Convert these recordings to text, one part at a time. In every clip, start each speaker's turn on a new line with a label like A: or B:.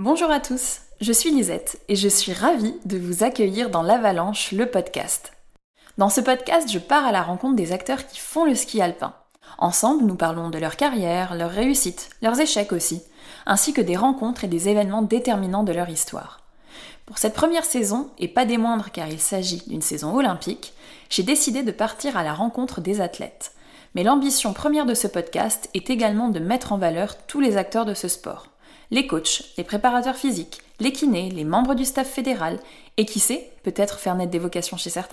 A: Bonjour à tous, je suis Lisette et je suis ravie de vous accueillir dans l'Avalanche, le podcast. Dans ce podcast, je pars à la rencontre des acteurs qui font le ski alpin. Ensemble, nous parlons de leur carrière, leurs réussites, leurs échecs aussi, ainsi que des rencontres et des événements déterminants de leur histoire. Pour cette première saison, et pas des moindres car il s'agit d'une saison olympique, j'ai décidé de partir à la rencontre des athlètes. Mais l'ambition première de ce podcast est également de mettre en valeur tous les acteurs de ce sport. Les coachs, les préparateurs physiques, les kinés, les membres du staff fédéral, et qui sait, peut-être faire naître des vocations chez certains ?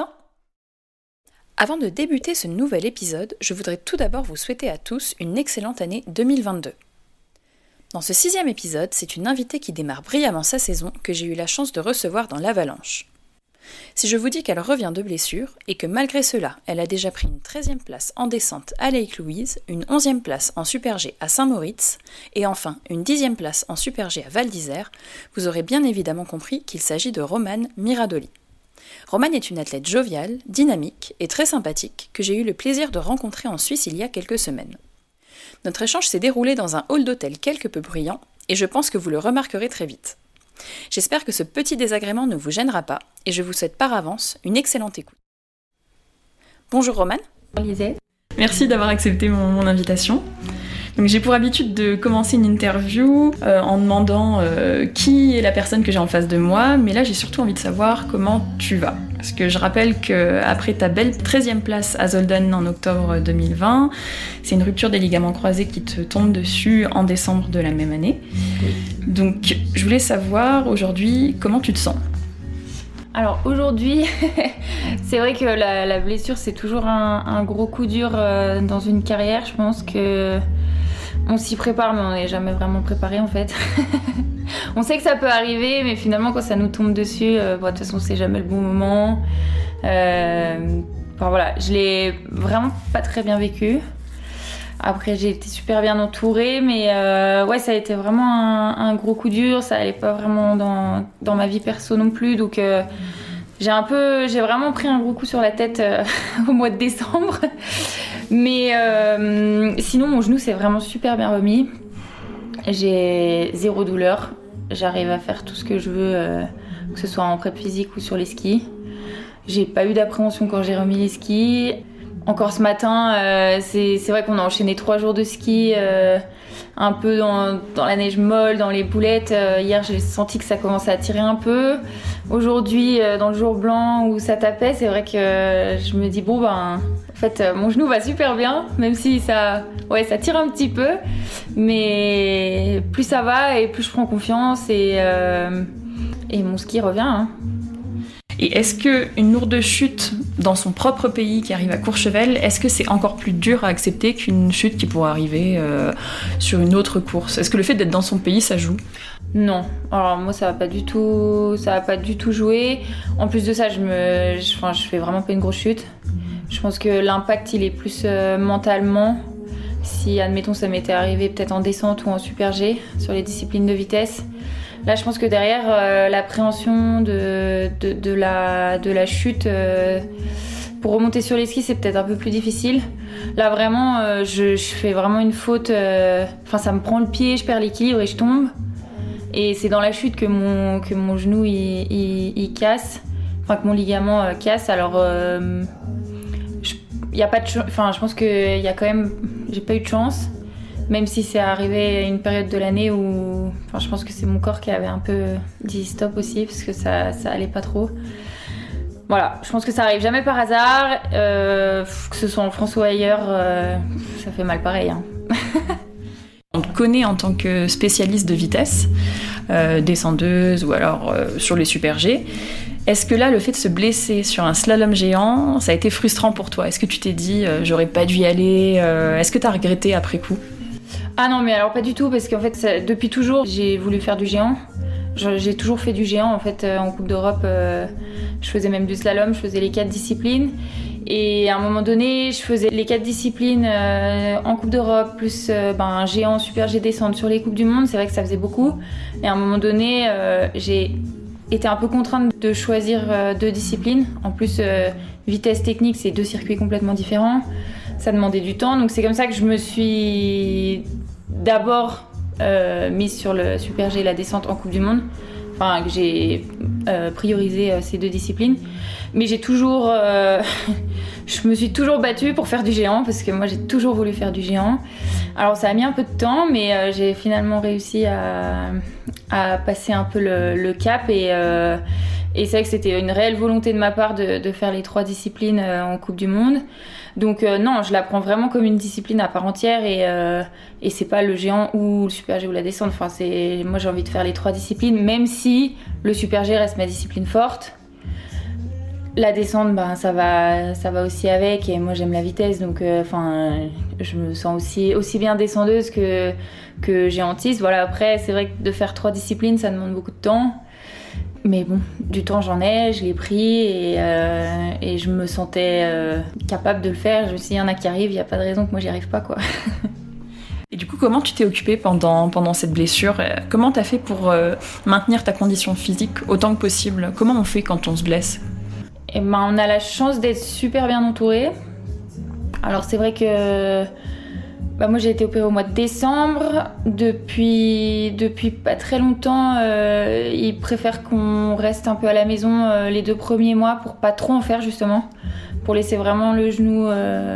A: Avant de débuter ce nouvel épisode, je voudrais tout d'abord vous souhaiter à tous une excellente année 2022. Dans ce 6e épisode, c'est une invitée qui démarre brillamment sa saison que j'ai eu la chance de recevoir dans l'Avalanche. Si je vous dis qu'elle revient de blessure et que malgré cela, elle a déjà pris une 13e place en descente à Lake Louise, une 11e place en Super G à Saint-Moritz et enfin une 10e place en Super G à Val d'Isère, vous aurez bien évidemment compris qu'il s'agit de Romane Miradoli. Romane est une athlète joviale, dynamique et très sympathique que j'ai eu le plaisir de rencontrer en Suisse il y a quelques semaines. Notre échange s'est déroulé dans un hall d'hôtel quelque peu bruyant et je pense que vous le remarquerez très vite. J'espère que ce petit désagrément ne vous gênera pas et je vous souhaite par avance une excellente écoute. Bonjour Romane.
B: Bonjour Lisette.
A: Merci d'avoir accepté mon invitation. Donc, j'ai pour habitude de commencer une interview en demandant qui est la personne que j'ai en face de moi, mais là j'ai surtout envie de savoir comment tu vas. Parce que je rappelle qu'après ta belle 13e place à Zolden en octobre 2020, c'est une rupture des ligaments croisés qui te tombe dessus en décembre de la même année. Donc je voulais savoir aujourd'hui comment tu te sens.
B: Alors aujourd'hui, c'est vrai que la blessure c'est toujours un gros coup dur dans une carrière. Je pense que on s'y prépare mais on n'est jamais vraiment préparé en fait. On sait que ça peut arriver mais finalement quand ça nous tombe dessus, de toute façon c'est jamais le bon moment. Voilà, je l'ai vraiment pas très bien vécu. Après j'ai été super bien entourée mais ouais ça a été vraiment un gros coup dur, ça allait pas vraiment dans ma vie perso non plus donc j'ai vraiment pris un gros coup sur la tête au mois de décembre. Mais sinon mon genou s'est vraiment super bien remis. J'ai zéro douleur, j'arrive à faire tout ce que je veux, que ce soit en prep physique ou sur les skis. J'ai pas eu d'appréhension quand j'ai remis les skis. Encore ce matin, c'est vrai qu'on a enchaîné 3 jours de ski, un peu dans la neige molle, dans les boulettes. Hier, j'ai senti que ça commençait à tirer un peu. Aujourd'hui, dans le jour blanc où ça tapait, c'est vrai que je me dis en fait, mon genou va super bien, même si ça tire un petit peu. Mais plus ça va et plus je prends confiance et mon ski revient. Hein.
A: Et est-ce qu'une lourde chute dans son propre pays qui arrive à Courchevel, est-ce que c'est encore plus dur à accepter qu'une chute qui pourrait arriver sur une autre course ? Est-ce que le fait d'être dans son pays, ça joue ?
B: Non, alors moi ça va pas du tout jouer. En plus de ça, je fais vraiment pas une grosse chute. Je pense que l'impact il est plus mentalement. Si admettons ça m'était arrivé peut-être en descente ou en super G sur les disciplines de vitesse. Là, je pense que derrière, l'appréhension de la chute pour remonter sur les skis, c'est peut-être un peu plus difficile. Là, vraiment, je fais vraiment une faute. Ça me prend le pied, je perds l'équilibre et je tombe. Et c'est dans la chute que mon genou il casse, que mon ligament casse. Alors, y a pas de, je pense que y a quand même, j'ai pas eu de chance. Même si c'est arrivé à une période de l'année où je pense que c'est mon corps qui avait un peu dit stop aussi parce que ça allait pas trop. Voilà, je pense que ça arrive jamais par hasard, que ce soit en France ou ailleurs, ça fait mal pareil. Hein.
A: On te connaît en tant que spécialiste de vitesse, descendeuse ou alors sur les super G. Est-ce que là, le fait de se blesser sur un slalom géant, ça a été frustrant pour toi ? Est-ce que tu t'es dit j'aurais pas dû y aller ? Est-ce que t'as regretté après coup ?
B: Ah non, mais alors pas du tout, parce qu'en fait, depuis toujours, j'ai voulu faire du géant. J'ai toujours fait du géant, en fait, en Coupe d'Europe. Je faisais même du slalom, je faisais les 4 disciplines. Et à un moment donné, je faisais les 4 disciplines en Coupe d'Europe, plus un géant, super G descente sur les Coupes du Monde. C'est vrai que ça faisait beaucoup. Et à un moment donné, j'ai été un peu contrainte de choisir 2 disciplines. En plus, vitesse technique, c'est 2 circuits complètement différents. Ça demandait du temps. Donc c'est comme ça que je me suis d'abord mise sur le Super G et la descente en Coupe du Monde. Enfin, que j'ai priorisé ces 2 disciplines. Mais j'ai toujours... je me suis toujours battue pour faire du géant, parce que moi, j'ai toujours voulu faire du géant. Alors, ça a mis un peu de temps, mais j'ai finalement réussi à passer un peu le cap. Et c'est vrai que c'était une réelle volonté de ma part de faire les 3 disciplines en Coupe du Monde. Donc non, je la prends vraiment comme une discipline à part entière et c'est pas le géant ou le Super G ou la descente. Enfin, moi j'ai envie de faire les 3 disciplines, même si le Super G reste ma discipline forte. La descente, ça va aussi avec, et moi j'aime la vitesse, donc je me sens aussi bien descendeuse que géantiste. Voilà, après c'est vrai que de faire 3 disciplines, ça demande beaucoup de temps. Mais bon, du temps j'en ai, je l'ai pris et je me sentais capable de le faire. Je me suis dit, il y en a qui arrivent, il n'y a pas de raison que moi j'y arrive pas, quoi.
A: Et du coup, comment tu t'es occupée pendant cette blessure? Comment t'as fait pour maintenir ta condition physique autant que possible? Comment on fait quand on se blesse?
B: On a la chance d'être super bien entouré. Alors c'est vrai que moi j'ai été opérée au mois de décembre. Depuis pas très longtemps, ils préfèrent qu'on reste un peu à la maison les 2 premiers mois pour pas trop en faire, justement, pour laisser vraiment le genou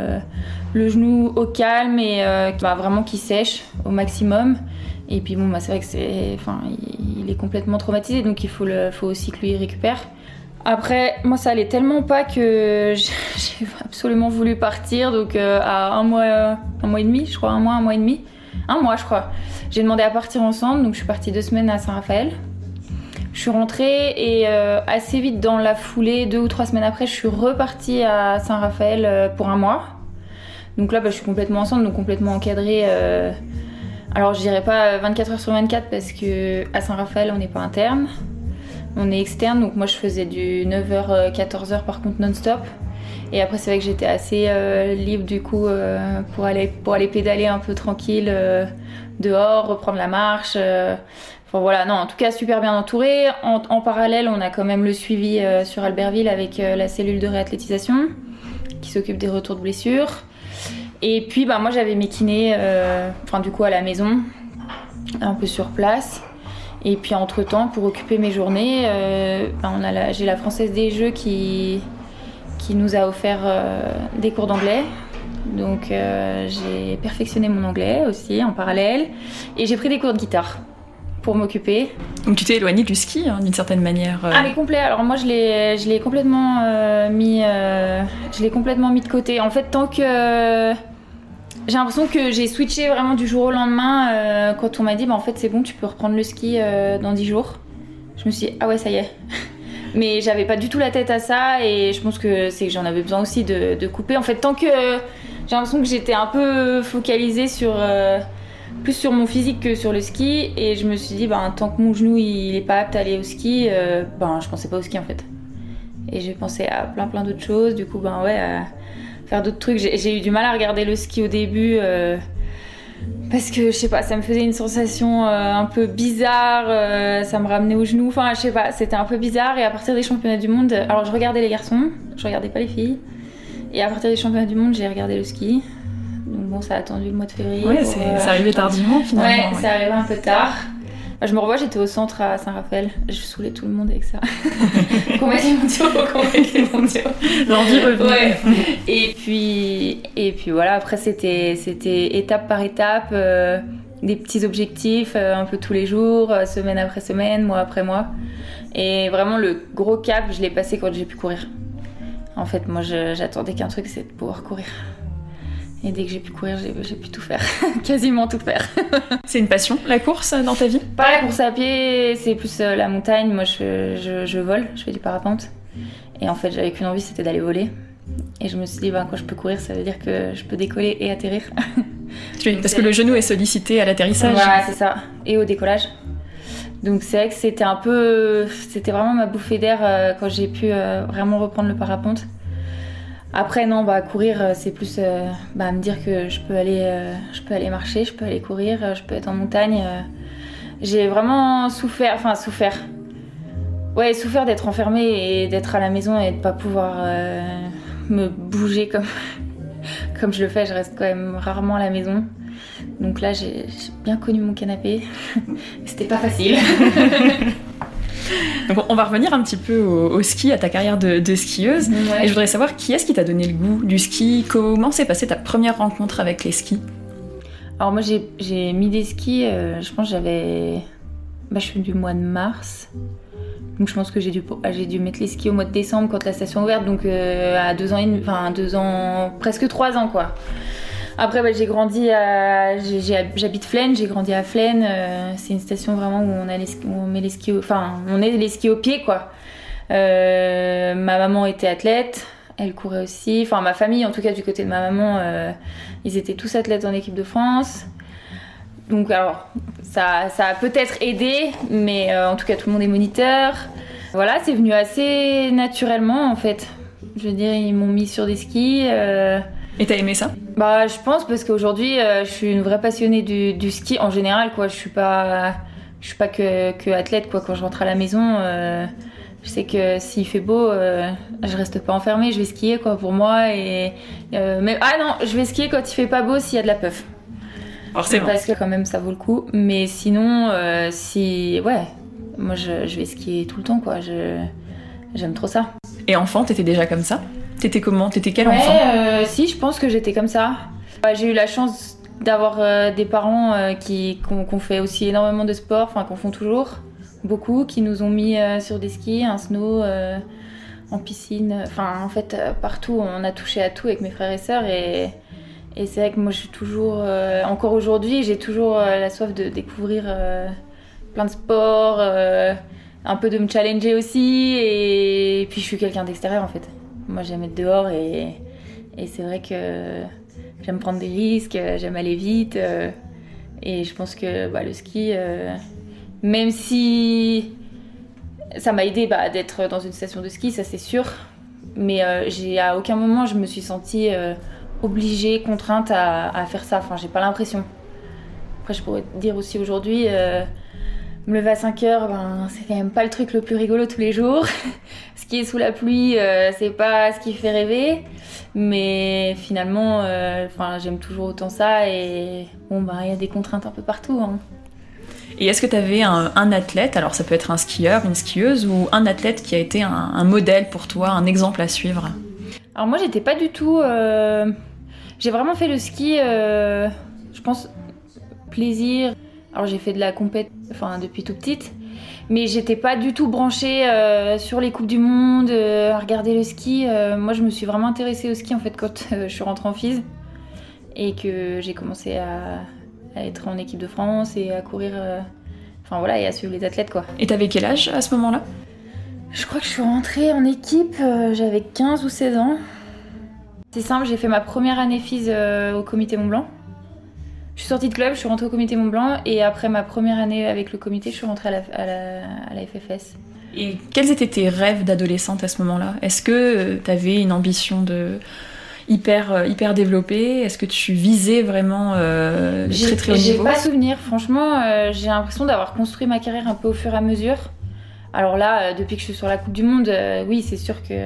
B: au calme et vraiment qu'il sèche au maximum. Et puis c'est vrai que il est complètement traumatisé, donc il faut aussi que lui récupère. Après, moi ça allait tellement pas que j'ai absolument voulu partir, donc à un mois et demi, je crois, un mois et demi, je crois. J'ai demandé à partir ensemble, donc je suis partie 2 semaines à Saint-Raphaël. Je suis rentrée et assez vite dans la foulée, 2 ou 3 semaines après, je suis repartie à Saint-Raphaël pour un mois. Donc là, je suis complètement ensemble, donc complètement encadrée. Alors je dirais pas 24 heures sur 24 parce qu'à Saint-Raphaël, on n'est pas interne. On est externe, donc moi je faisais du 9h, 14h par contre non-stop. Et après c'est vrai que j'étais assez libre du coup pour aller pédaler un peu tranquille dehors, reprendre la marche. En tout cas super bien entourée. En parallèle, on a quand même le suivi sur Albertville avec la cellule de réathlétisation qui s'occupe des retours de blessures. Et puis moi j'avais mes kinés du coup à la maison, un peu sur place. Et puis entre-temps, pour occuper mes journées, j'ai la Française des Jeux qui nous a offert des cours d'anglais. Donc j'ai perfectionné mon anglais aussi en parallèle. Et j'ai pris des cours de guitare pour m'occuper.
A: Donc tu t'es éloignée du ski d'une certaine manière.
B: Ah mais complet. Alors moi je l'ai complètement mis de côté. En fait, tant que... J'ai l'impression que j'ai switché vraiment du jour au lendemain quand on m'a dit en fait c'est bon, tu peux reprendre le ski dans 10 jours. Je me suis dit ah ouais, ça y est. Mais j'avais pas du tout la tête à ça et je pense que c'est que j'en avais besoin aussi de couper. En fait, tant que j'ai l'impression que j'étais un peu focalisée plus sur mon physique que sur le ski, et je me suis dit tant que mon genou il est pas apte à aller au ski, je pensais pas au ski en fait. Et j'ai pensé à plein d'autres choses. Du coup faire d'autres trucs. J'ai eu du mal à regarder le ski au début parce que je sais pas, ça me faisait une sensation un peu bizarre, ça me ramenait au genou, je sais pas, c'était un peu bizarre. Et à partir des championnats du monde, alors je regardais les garçons, je regardais pas les filles, et à partir des championnats du monde j'ai regardé le ski. Donc ça a attendu le mois de février.
A: Ouais, c'est arrivé tardivement finalement.
B: Ouais, c'est arrivé un peu tard. Je me revois, j'étais au centre à Saint-Raphaël. Je saoulais tout le monde avec ça. Combien de mondiaux. L'envie revenue. Ouais. Et puis voilà, après c'était étape par étape, des petits objectifs un peu tous les jours, semaine après semaine, mois après mois. Et vraiment le gros cap, je l'ai passé quand j'ai pu courir. En fait, moi j'attendais qu'un truc, c'est de pouvoir courir. Et dès que j'ai pu courir, j'ai pu tout faire, quasiment tout faire.
A: C'est une passion, la course, dans ta vie?
B: Pas la course à pied, c'est plus la montagne. Moi, je vole, je fais du parapente. Et en fait, j'avais qu'une envie, c'était d'aller voler. Et je me suis dit, quand je peux courir, ça veut dire que je peux décoller et atterrir.
A: Parce que le genou est sollicité à l'atterrissage.
B: Voilà, c'est ça. Et au décollage. Donc c'est vrai que c'était vraiment ma bouffée d'air quand j'ai pu vraiment reprendre le parapente. Après courir c'est plus me dire que je peux aller marcher, je peux aller courir, je peux être en montagne. J'ai vraiment souffert d'être enfermée et d'être à la maison et de pas pouvoir me bouger comme je le fais, je reste quand même rarement à la maison. Donc là, j'ai bien connu mon canapé. C'était pas facile.
A: Donc on va revenir un petit peu au ski, à ta carrière de skieuse.
B: Ouais.
A: Et je voudrais savoir qui est-ce qui t'a donné le goût du ski. Comment s'est passée ta première rencontre avec les skis?
B: Alors moi, j'ai mis des skis, je pense que j'avais... je suis du mois de mars. Donc je pense que j'ai dû mettre les skis au mois de décembre quand la station est ouverte. Donc à 2 ans, presque 3 ans quoi. Après, j'ai grandi j'habite Flaine, j'ai grandi à Flaine. C'est une station vraiment où on met les skis, on est les skis au pied, quoi. Ma maman était athlète, elle courait aussi. Enfin, ma famille, en tout cas du côté de ma maman, ils étaient tous athlètes en équipe de France. Donc, alors, ça a peut-être aidé, mais en tout cas, tout le monde est moniteur. Voilà, c'est venu assez naturellement, en fait. Je veux dire, ils m'ont mis sur des skis.
A: Et t'as aimé ça?
B: Je pense parce qu'aujourd'hui, je suis une vraie passionnée du ski en général, quoi. Je suis pas que athlète, quoi. Quand je rentre à la maison, je sais que s'il fait beau, je reste pas enfermée, je vais skier, quoi, pour moi. Je vais skier quand il fait pas beau s'il y a de la puff.
A: Forcément.
B: Parce que quand même, ça vaut le coup. Mais sinon, moi, je vais skier tout le temps, quoi. J'aime trop ça.
A: Et enfant, t'étais déjà comme ça? T'étais comment? T'étais quel enfant?
B: Si, je pense que j'étais comme ça. J'ai eu la chance d'avoir des parents qui ont fait aussi énormément de sport, qu'on font toujours, beaucoup, qui nous ont mis sur des skis, un snow, en piscine, en fait partout, on a touché à tout avec mes frères et sœurs et c'est vrai que moi je suis toujours, encore aujourd'hui, j'ai toujours la soif de découvrir plein de sports, un peu de me challenger aussi et puis je suis quelqu'un d'extérieur en fait. Moi j'aime être dehors et c'est vrai que j'aime prendre des risques, j'aime aller vite et je pense que le ski, même si ça m'a aidé d'être dans une station de ski, ça c'est sûr, mais à aucun moment je me suis sentie obligée, contrainte à faire ça, j'ai pas l'impression. Après je pourrais te dire aussi aujourd'hui, me lever à 5h, c'est quand même pas le truc le plus rigolo tous les jours. Skier sous la pluie, c'est pas ce qui fait rêver. Mais finalement, j'aime toujours autant ça. Et y a des contraintes un peu partout. Hein.
A: Et est-ce que tu avais un athlète, alors ça peut être un skieur, une skieuse, ou un athlète qui a été un modèle pour toi, un exemple à suivre?
B: Alors moi, j'étais pas du tout... J'ai vraiment fait le ski, je pense, plaisir. Alors j'ai fait de la compète depuis tout petite, mais j'étais pas du tout branchée sur les Coupes du Monde, à regarder le ski. Moi je me suis vraiment intéressée au ski en fait quand je suis rentrée en FIS et que j'ai commencé à être en équipe de France et à courir, et à suivre les athlètes quoi.
A: Et t'avais quel âge à ce moment-là?
B: Je crois que je suis rentrée en équipe, j'avais 15 ou 16 ans. C'est simple, j'ai fait ma première année FIS au Comité Mont Blanc. Je suis sortie de club, je suis rentrée au Comité Mont Blanc et après ma première année avec le comité, je suis rentrée à la FFS.
A: Et quels étaient tes rêves d'adolescente à ce moment-là? Est-ce que tu avais une ambition hyper développée? Est-ce que tu visais vraiment très très haut niveau?
B: J'ai pas souvenir, franchement, j'ai l'impression d'avoir construit ma carrière un peu au fur et à mesure. Alors là, depuis que je suis sur la Coupe du Monde, oui, c'est sûr que...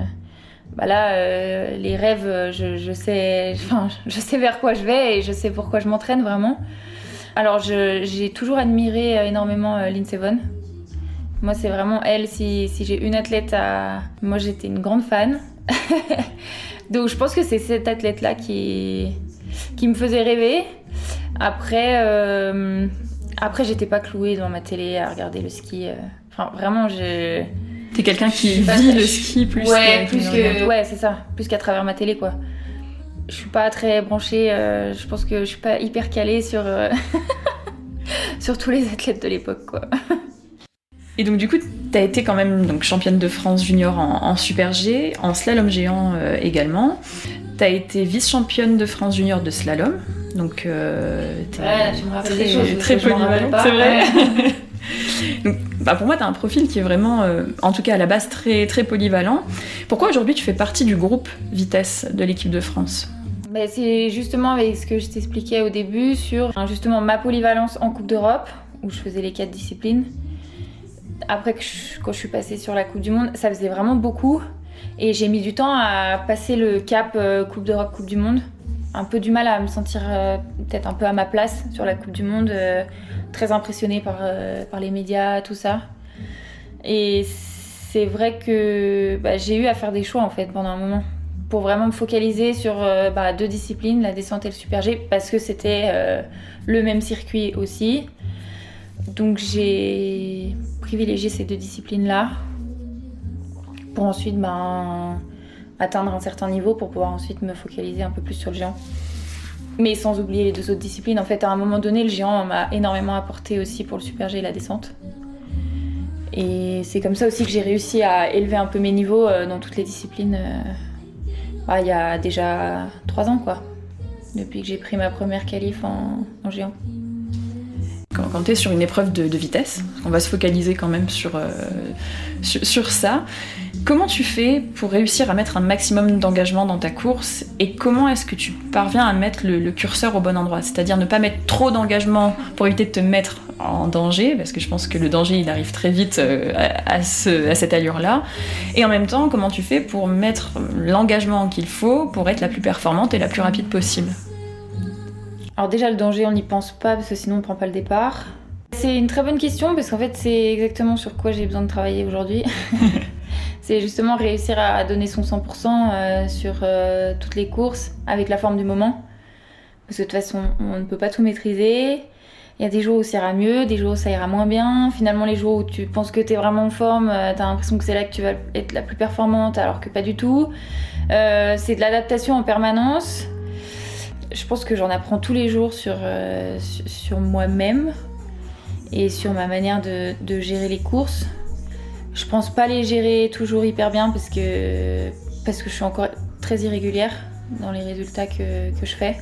B: les rêves, je sais vers quoi je vais et je sais pourquoi je m'entraîne vraiment. Alors j'ai toujours admiré énormément Lindsey Vonn. Moi c'est vraiment elle, si j'ai une athlète moi j'étais une grande fan. Donc je pense que c'est cette athlète là qui me faisait rêver. Après j'étais pas clouée devant ma télé à regarder le ski. Vraiment
A: T'es quelqu'un qui vit le ski plus
B: c'est ça, plus qu'à travers ma télé quoi. Je suis pas très branchée, je pense que je suis pas hyper calée sur sur tous les athlètes de l'époque quoi.
A: Et donc du coup, t'as été quand même championne de France junior en Super G, en slalom géant également. T'as été vice-championne de France junior de slalom, donc
B: tu me rappelles des choses
A: très polyvalente, c'est vrai. Donc, pour moi, tu as un profil qui est vraiment, en tout cas à la base, très, très polyvalent. Pourquoi aujourd'hui tu fais partie du groupe vitesse de l'équipe de France?
B: C'est justement avec ce que je t'expliquais au début sur justement ma polyvalence en Coupe d'Europe, où je faisais les 4 disciplines. Après, quand je suis passée sur la Coupe du Monde, ça faisait vraiment beaucoup. Et j'ai mis du temps à passer le cap Coupe d'Europe, Coupe du Monde. un peu du mal à me sentir peut-être un peu à ma place sur la Coupe du Monde, très impressionnée par les médias, tout ça. Et c'est vrai que j'ai eu à faire des choix en fait pendant un moment pour vraiment me focaliser sur 2 disciplines, la descente et le super G, parce que c'était le même circuit aussi. Donc j'ai privilégié ces 2 disciplines-là pour ensuite atteindre un certain niveau pour pouvoir ensuite me focaliser un peu plus sur le géant. Mais sans oublier les 2 autres disciplines. En fait, à un moment donné, le géant m'a énormément apporté aussi pour le super G et la descente. Et c'est comme ça aussi que j'ai réussi à élever un peu mes niveaux dans toutes les disciplines il y a déjà 3 ans, quoi. Depuis que j'ai pris ma première qualif en géant.
A: Quand tu es sur une épreuve de vitesse, on va se focaliser quand même sur ça. Comment tu fais pour réussir à mettre un maximum d'engagement dans ta course et comment est-ce que tu parviens à mettre le curseur au bon endroit ? C'est-à-dire ne pas mettre trop d'engagement pour éviter de te mettre en danger, parce que je pense que le danger il arrive très vite à cette allure-là. Et en même temps, comment tu fais pour mettre l'engagement qu'il faut pour être la plus performante et la plus rapide possible ?
B: Alors déjà, le danger, on n'y pense pas parce que sinon on prend pas le départ. C'est une très bonne question parce qu'en fait, c'est exactement sur quoi j'ai besoin de travailler aujourd'hui. C'est justement réussir à donner son 100% sur toutes les courses avec la forme du moment. Parce que de toute façon, on ne peut pas tout maîtriser. Il y a des jours où ça ira mieux, des jours où ça ira moins bien. Finalement, les jours où tu penses que tu es vraiment en forme, tu as l'impression que c'est là que tu vas être la plus performante alors que pas du tout. C'est de l'adaptation en permanence. Je pense que j'en apprends tous les jours sur moi-même et sur ma manière de gérer les courses. Je pense pas les gérer toujours hyper bien parce que je suis encore très irrégulière dans les résultats que je fais.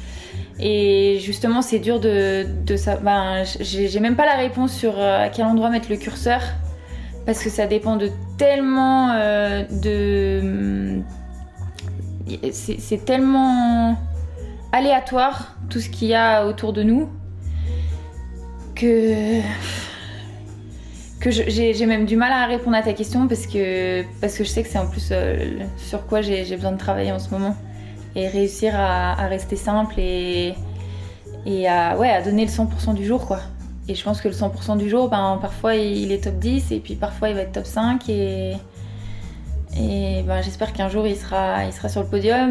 B: Et justement, c'est dur de ça. J'ai même pas la réponse sur à quel endroit mettre le curseur parce que ça dépend de tellement c'est tellement aléatoire tout ce qu'il y a autour de nous que j'ai même du mal à répondre à ta question parce que je sais que c'est en plus sur quoi j'ai besoin de travailler en ce moment et réussir à rester simple et à donner le 100% du jour quoi. Et je pense que le 100% du jour, parfois il est top 10 et puis parfois il va être top 5 et j'espère qu'un jour il sera sur le podium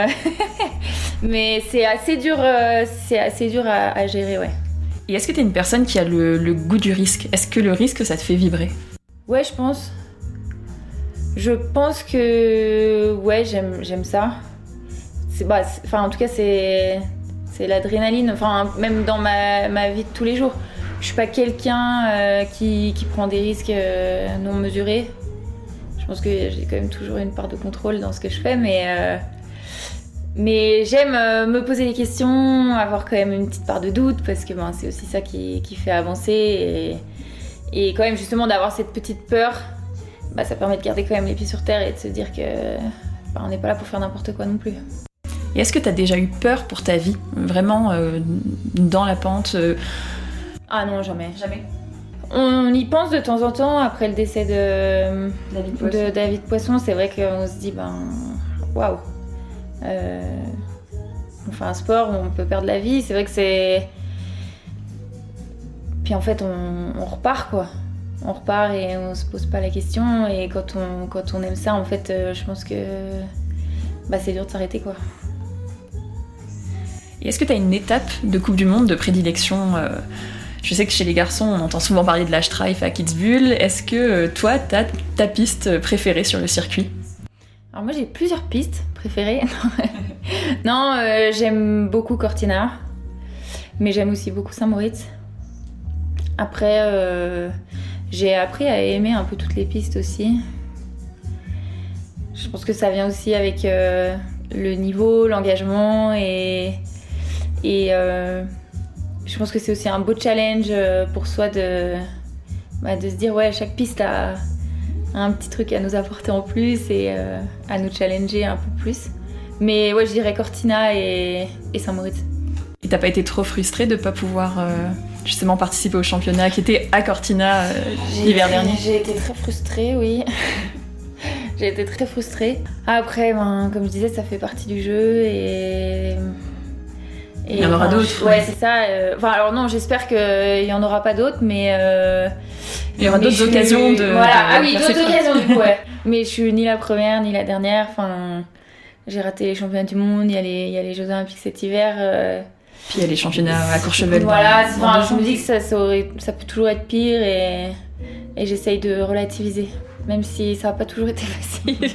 B: mais c'est assez dur à gérer, ouais.
A: Et est-ce que t'es une personne qui a le goût du risque ? Est-ce que le risque, ça te fait vibrer ?
B: Ouais, je pense. Je pense que ouais, j'aime ça. En tout cas, c'est l'adrénaline. Enfin, même dans ma vie de tous les jours. Je suis pas quelqu'un qui prend des risques non mesurés. Je pense que j'ai quand même toujours une part de contrôle dans ce que je fais, mais j'aime me poser des questions, avoir quand même une petite part de doute parce que c'est aussi ça qui fait avancer et quand même justement d'avoir cette petite peur, ça permet de garder quand même les pieds sur terre et de se dire que on n'est pas là pour faire n'importe quoi non plus.
A: Et est-ce que tu as déjà eu peur pour ta vie, vraiment dans la pente
B: Ah non, jamais. On y pense de temps en temps après le décès de David Poisson. C'est vrai qu'on se dit waouh. On fait un sport où on peut perdre la vie, c'est vrai que c'est... Puis en fait on repart quoi. On repart et on se pose pas la question et quand on aime ça en fait je pense que c'est dur de s'arrêter quoi.
A: Et est-ce que tu as une étape de Coupe du Monde de prédilection Je sais que chez les garçons on entend souvent parler de la Streif à Kitzbühel. Est-ce que toi t'as ta piste préférée sur le circuit ?
B: Alors moi j'ai plusieurs pistes préférées. Non, j'aime beaucoup Cortina, mais j'aime aussi beaucoup Saint-Moritz. Après, j'ai appris à aimer un peu toutes les pistes aussi. Je pense que ça vient aussi avec le niveau, l'engagement et je pense que c'est aussi un beau challenge pour soi de se dire ouais, chaque piste a un petit truc à nous apporter en plus et à nous challenger un peu plus. Mais ouais, je dirais Cortina et Saint-Moritz.
A: Et t'as pas été trop frustrée de pas pouvoir justement participer au championnat qui était à Cortina l'hiver dernier ?
B: J'ai été très frustrée, oui. J'ai été très frustrée. Après, comme je disais, ça fait partie du jeu et
A: il y en aura d'autres.
B: Ouais, c'est ça. Alors non, j'espère qu'il y en aura pas d'autres, mais
A: il y aura d'autres occasions de.
B: Voilà. D'autres occasions du coup. Ouais. Mais je suis ni la première ni la dernière. Enfin, j'ai raté les championnats du monde. Il y a les Jeux Olympiques cet hiver.
A: Puis il y a les championnats à Courchevel.
B: Voilà. Je me dis que ça peut toujours être pire et j'essaye de relativiser, même si ça n'a pas toujours été facile.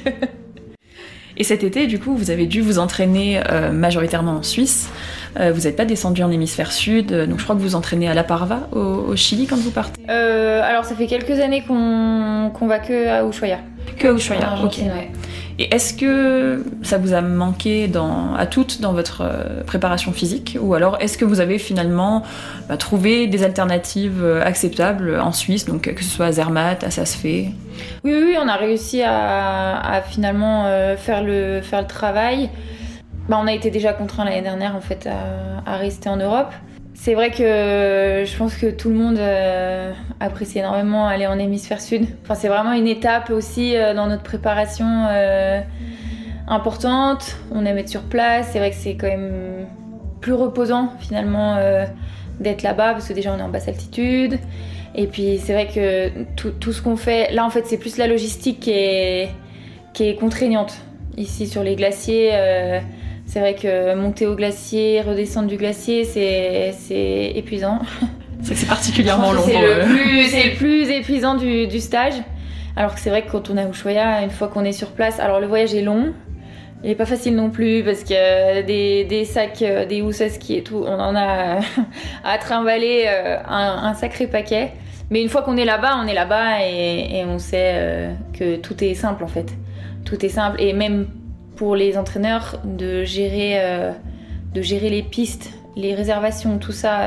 A: Et cet été, du coup, vous avez dû vous entraîner majoritairement en Suisse. Vous n'êtes pas descendu en hémisphère sud, donc je crois que vous entraînez à La Parva, au Chili, quand vous partez.
B: Alors, ça fait quelques années qu'on va que à Ushuaia.
A: Que à Ushuaia, ok.
B: Ouais.
A: Et est-ce que ça vous a manqué à toutes dans votre préparation physique, ou alors est-ce que vous avez finalement trouvé des alternatives acceptables en Suisse, donc que ce soit à Zermatt, à Saas-Fee?
B: Oui, on a réussi à finalement faire le travail. On a été déjà contraints l'année dernière en fait à rester en Europe. C'est vrai que je pense que tout le monde apprécie énormément aller en hémisphère sud. Enfin, c'est vraiment une étape aussi dans notre préparation importante. On aime être sur place. C'est vrai que c'est quand même plus reposant finalement d'être là-bas parce que déjà on est en basse altitude. Et puis c'est vrai que tout ce qu'on fait, là en fait c'est plus la logistique qui est contraignante. Ici sur les glaciers, c'est vrai que monter au glacier, redescendre du glacier, c'est épuisant.
A: C'est que c'est particulièrement long.
B: C'est le plus épuisant du stage. Alors que c'est vrai que quand on est à Ushuaia, une fois qu'on est sur place, alors le voyage est long. Il n'est pas facile non plus parce que des sacs, des housses à ski et tout, on en a à trimballer un sacré paquet. Mais une fois qu'on est là-bas, et on sait que tout est simple en fait. Tout est simple et même pour les entraîneurs de gérer les pistes, les réservations, tout ça.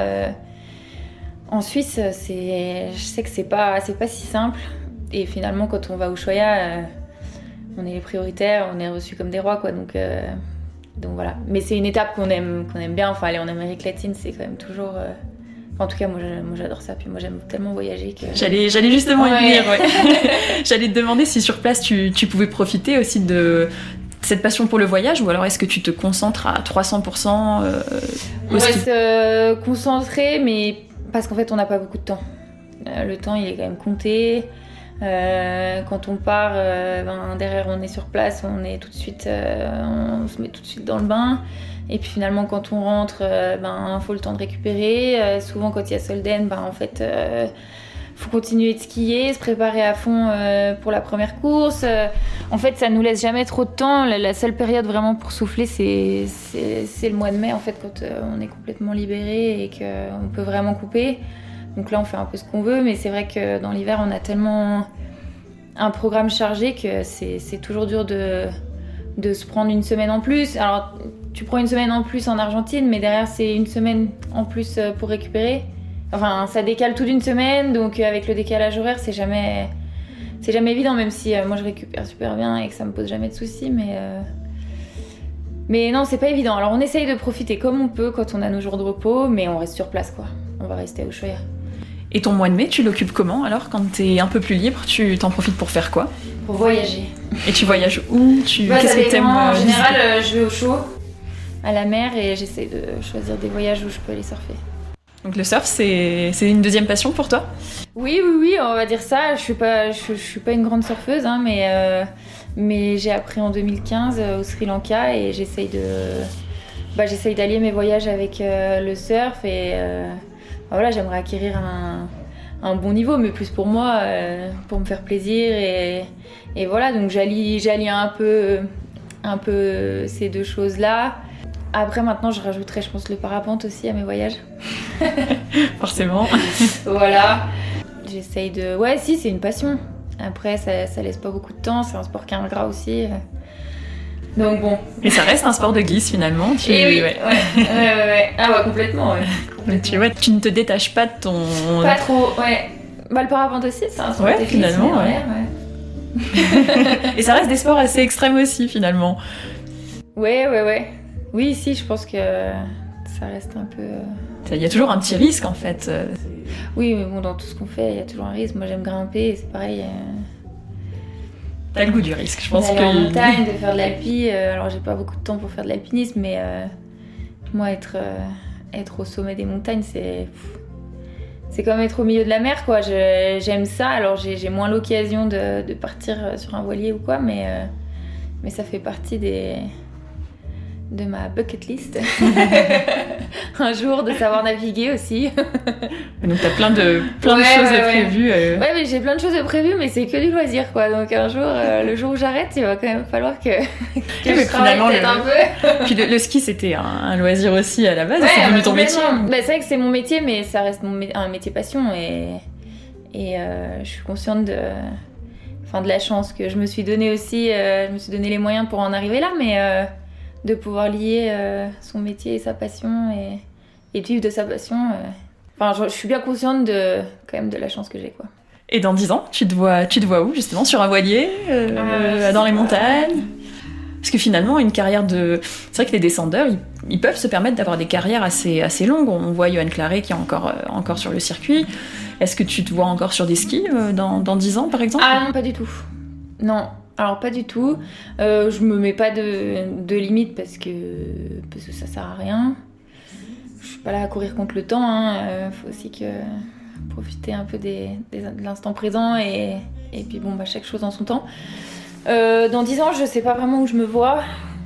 B: En Suisse, je sais que c'est pas si simple. Et finalement, quand on va au Ushuaia, on est les prioritaires, on est reçus comme des rois, quoi. Donc voilà. Mais c'est une étape qu'on aime bien. Enfin, aller en Amérique latine, c'est quand même toujours. En tout cas, moi j'adore ça. Puis moi j'aime tellement voyager que.
A: J'allais justement y venir. Ouais. J'allais te demander si sur place tu pouvais profiter aussi de cette passion pour le voyage, ou alors est-ce que tu te concentres à 300%
B: On reste concentré, mais parce qu'en fait on n'a pas beaucoup de temps. Le temps il est quand même compté. Quand on part, derrière on est sur place, on est tout de suite, on se met tout de suite dans le bain. Et puis finalement quand on rentre, faut le temps de récupérer. Souvent quand il y a Solden, en fait, faut continuer de skier, se préparer à fond pour la première course. En fait, ça nous laisse jamais trop de temps. La seule période vraiment pour souffler, c'est le mois de mai en fait, quand on est complètement libéré et qu'on peut vraiment couper. Donc là, on fait un peu ce qu'on veut, mais c'est vrai que dans l'hiver, on a tellement un programme chargé que c'est toujours dur de se prendre une semaine en plus. Alors, tu prends une semaine en plus en Argentine, mais derrière, c'est une semaine en plus pour récupérer. Enfin, ça décale tout d'une semaine, donc avec le décalage horaire, c'est jamais évident, même si moi, je récupère super bien et que ça me pose jamais de soucis, mais non, c'est pas évident. Alors, on essaye de profiter comme on peut quand on a nos jours de repos, mais on reste sur place, quoi. On va rester à Ushuaia.
A: Et ton mois de mai, tu l'occupes comment alors? Quand t'es un peu plus libre, tu t'en profites pour faire quoi?
B: Pour voyager.
A: Et tu voyages où? Qu'est-ce que t'aimes
B: En général, je vais au chaud, à la mer, et j'essaie de choisir des voyages où je peux aller surfer.
A: Donc le surf, c'est une deuxième passion pour toi?
B: Oui, on va dire ça. Je suis pas une grande surfeuse, hein, mais j'ai appris en 2015 au Sri Lanka et j'essaye d'allier mes voyages avec le surf et voilà, j'aimerais acquérir un bon niveau, mais plus pour moi, pour me faire plaisir et voilà, donc j'allie un peu ces deux choses-là. Après, maintenant, je rajouterais, je pense, le parapente aussi à mes voyages.
A: Forcément.
B: Voilà. J'essaye de... Ouais, si, c'est une passion. Après, ça laisse pas beaucoup de temps, c'est un sport qui est ingrat aussi. Donc bon.
A: Et ça reste un sport de glisse finalement.
B: Oui. Ouais. Ah ouais, complètement, ouais.
A: Mais tu vois, tu ne te détaches pas de ton...
B: Pas trop, ouais. Le parapente aussi, c'est un sport de glisse.
A: Finalement, ouais. Et ça reste des sports assez extrêmes aussi, finalement.
B: Ouais. Oui, si, je pense que ça reste un peu...
A: Il y a toujours un petit risque, en fait.
B: Oui, mais bon, dans tout ce qu'on fait, il y a toujours un risque. Moi, j'aime grimper, c'est pareil.
A: T'as le goût du risque, je pense.
B: D'aller en montagne, de faire de l'alpi. Alors j'ai pas beaucoup de temps pour faire de l'alpinisme, mais moi être au sommet des montagnes, c'est comme être au milieu de la mer, quoi. J'aime ça. Alors j'ai moins l'occasion de partir sur un voilier ou quoi, mais ça fait partie de ma bucket list. Un jour de savoir naviguer aussi.
A: Donc t'as plein de choses prévues.
B: Ouais, mais j'ai plein de choses prévues, mais c'est que du loisir, quoi. Donc un jour, le jour où j'arrête, il va quand même falloir que je travaille peut-être un peu.
A: Puis le ski, c'était un loisir aussi à la base. C'est devenu ton métier.
B: Bah, c'est vrai que c'est mon métier, mais ça reste un métier passion, et je suis consciente de la chance que je me suis donnée aussi. Je me suis donné les moyens pour en arriver là, mais de pouvoir lier son métier et sa passion et de vivre de sa passion. Je suis bien consciente quand même de la chance que j'ai, quoi.
A: Et dans 10 ans, tu te vois où, justement, sur un voilier, dans les montagnes? Parce que finalement, une carrière c'est vrai que les descendeurs, ils peuvent se permettre d'avoir des carrières assez longues. On voit Johan Claret qui est encore sur le circuit. Est-ce que tu te vois encore sur des skis dans 10 ans, par exemple?
B: Ah non, pas du tout. Non. Alors pas du tout, je me mets pas de limite parce que ça sert à rien. Je suis pas là à courir contre le temps, hein. Faut aussi profiter un peu de l'instant présent et puis bon, chaque chose en son temps. Dans 10 ans, je sais pas vraiment où je me vois.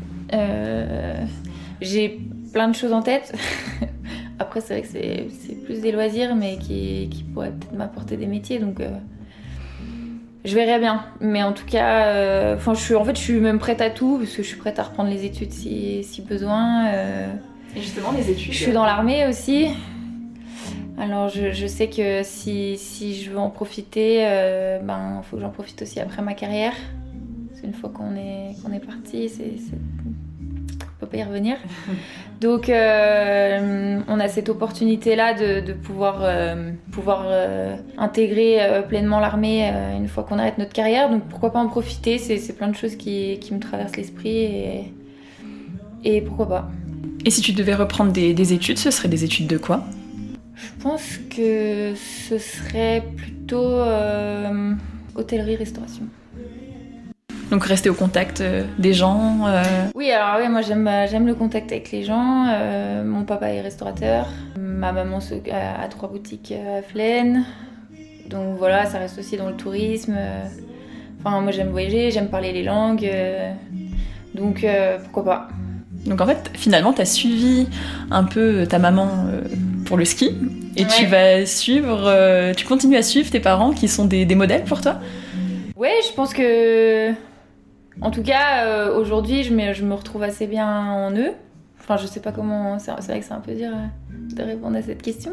B: J'ai plein de choses en tête. Après, c'est vrai que c'est plus des loisirs, mais qui pourraient peut-être m'apporter des métiers, donc je verrai bien. Mais en tout cas, je suis même prête à tout, parce que je suis prête à reprendre les études si besoin.
A: Et justement, les études...
B: Je suis dans l'armée aussi. Alors, je sais que si je veux en profiter, faut que j'en profite aussi après ma carrière. Parce qu'une fois qu'on est parti, on peut pas y revenir. Donc, on a cette opportunité-là de pouvoir intégrer pleinement l'armée une fois qu'on arrête notre carrière. Donc, pourquoi pas en profiter? C'est plein de choses qui me traversent l'esprit et pourquoi pas.
A: Et si tu devais reprendre des études, ce serait des études de quoi?
B: Je pense que ce serait plutôt hôtellerie-restauration.
A: Donc rester au contact des gens.
B: Oui, alors moi j'aime le contact avec les gens. Mon papa est restaurateur. Ma maman a 3 boutiques à Flaine. Donc voilà, ça reste aussi dans le tourisme. Moi j'aime voyager, j'aime parler les langues. Donc pourquoi pas.
A: Donc en fait, finalement, t'as suivi un peu ta maman pour le ski. Et ouais. Tu continues à suivre tes parents qui sont des modèles pour toi?
B: Ouais, je pense que... En tout cas, aujourd'hui, je me retrouve assez bien en eux. Enfin, je sais pas comment... C'est vrai que c'est un peu dur de répondre à cette question,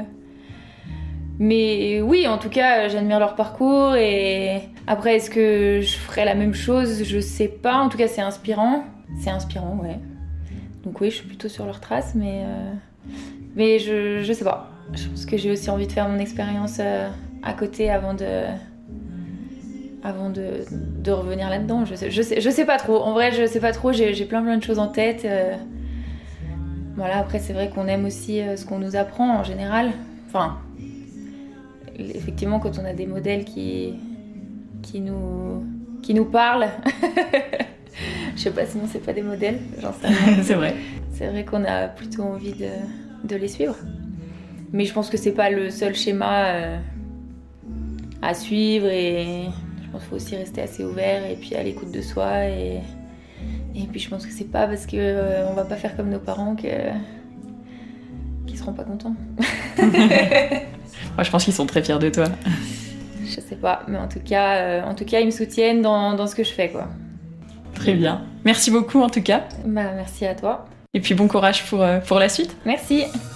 B: mais oui, en tout cas, j'admire leur parcours. Et après, est-ce que je ferais la même chose? Je sais pas. En tout cas, c'est inspirant. C'est inspirant, ouais. Donc oui, je suis plutôt sur leurs traces, mais je sais pas. Je pense que j'ai aussi envie de faire mon expérience à côté avant de revenir là-dedans. Je sais pas trop. En vrai, je sais pas trop. J'ai plein de choses en tête. Voilà. Après, c'est vrai qu'on aime aussi ce qu'on nous apprend en général. Enfin, effectivement, quand on a des modèles qui nous parlent. Je sais pas, sinon c'est pas des modèles. J'en sais rien.
A: C'est vrai.
B: C'est vrai qu'on a plutôt envie de les suivre. Mais je pense que c'est pas le seul schéma à suivre, et je pense qu'il faut aussi rester assez ouvert et puis à l'écoute de soi, et puis je pense que c'est pas parce que on va pas faire comme nos parents qu'ils seront pas contents.
A: Moi, je pense qu'ils sont très fiers de toi.
B: Je sais pas, mais en tout cas ils me soutiennent dans ce que je fais, quoi.
A: Très bien. Merci beaucoup en tout cas.
B: Merci à toi.
A: Et puis bon courage pour la suite.
B: Merci.